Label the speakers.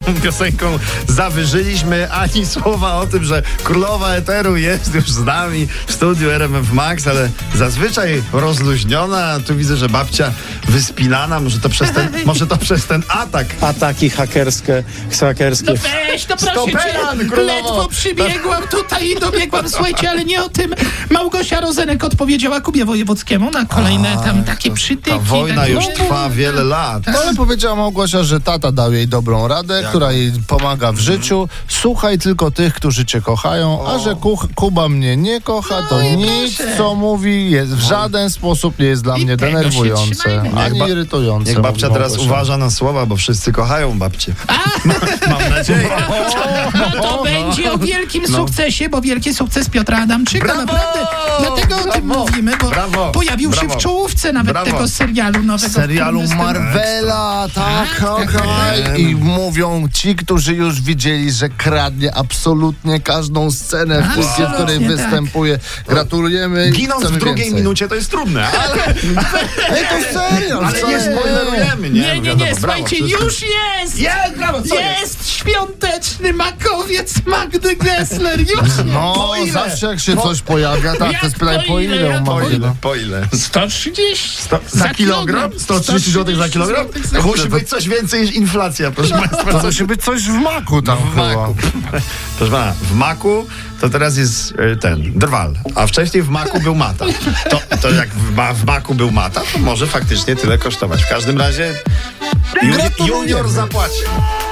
Speaker 1: piosenką zawyżyliśmy, ani słowa o tym, że królowa eteru jest już z nami w studiu RMF Max, ale zazwyczaj rozluźniona. Tu widzę, że babcia wyspinana. Może to przez ten atak.
Speaker 2: Ataki hakerskie.
Speaker 3: No weź, to proszę
Speaker 1: Stoperan,
Speaker 3: cię,
Speaker 1: królowo.
Speaker 3: ledwo przybiegłam tutaj i dobiegłam, słuchajcie, ale nie o tym. Małgosia Rozenek odpowiedziała Kubie Wojewódzkiemu na kolejne tam takie przytyki.
Speaker 1: Ta wojna
Speaker 3: takie,
Speaker 1: już trwa wiele lat.
Speaker 4: Ale powiedziała Małgosia, że tata dał jej dobrą radę, która jej pomaga w życiu. Słuchaj tylko tych, którzy cię kochają, a że Kuba mnie nie kocha, to nic,
Speaker 3: proszę.
Speaker 4: co mówi, w żaden sposób nie jest dla
Speaker 3: I
Speaker 4: mnie
Speaker 3: tego się
Speaker 4: denerwujące,
Speaker 3: trzymajmy.
Speaker 4: ani irytujące.
Speaker 1: Niech babcia
Speaker 4: mówi
Speaker 1: teraz
Speaker 4: Małgosia.
Speaker 1: uważa na słowa, bo wszyscy kochają babcię. Mam nadzieję.
Speaker 3: No to będzie o wielkim sukcesie, bo wielki sukces Piotra Adamczyka,
Speaker 1: Brawo!
Speaker 3: naprawdę. Dlatego o tym mówimy, bo
Speaker 1: Brawo!
Speaker 3: pojawił się w
Speaker 1: Brawo!
Speaker 3: czołówce nawet
Speaker 1: Brawo!
Speaker 3: tego serialu nowego.
Speaker 4: Serialu
Speaker 3: w którym występuje.
Speaker 4: Marvela, tak.
Speaker 1: tak.
Speaker 4: I mówią ci, którzy już widzieli, że kradnie absolutnie każdą scenę w filmie, w której
Speaker 3: Absolutnie, tak.
Speaker 4: występuje. Gratulujemy.
Speaker 1: Ginąc
Speaker 4: chcemy
Speaker 1: w drugiej
Speaker 4: więcej.
Speaker 1: minucie to jest trudne, ale
Speaker 4: Ej, to serial,
Speaker 1: nie
Speaker 4: wcale
Speaker 1: spoilerujemy, nie?
Speaker 3: Nie,
Speaker 1: Brawo,
Speaker 3: słuchajcie,
Speaker 1: wszystko.
Speaker 3: już jest!
Speaker 1: Brawo, co
Speaker 3: Jest świąteczny makowiec Magdy Gessler, już jest!
Speaker 4: No,
Speaker 1: Po ile?
Speaker 4: zawsze jak się coś pojawia, tak,
Speaker 3: Jak
Speaker 4: to spytaj
Speaker 3: po
Speaker 4: po
Speaker 3: ile?
Speaker 4: ile
Speaker 3: Ja
Speaker 4: on
Speaker 3: to
Speaker 4: ma.
Speaker 1: Po ile? Po ile?
Speaker 3: 130
Speaker 1: Za kilogram? 130 zł za kilogram?
Speaker 3: za
Speaker 1: Musi być coś więcej niż inflacja, proszę państwa.
Speaker 4: To musi być coś w maku tam
Speaker 1: W
Speaker 4: chyba.
Speaker 1: maku. Proszę pana, w maku to teraz jest ten drwal, a wcześniej w maku był mata. To jak w maku był mata, to może faktycznie tyle kosztować. W każdym razie junior zapłaci.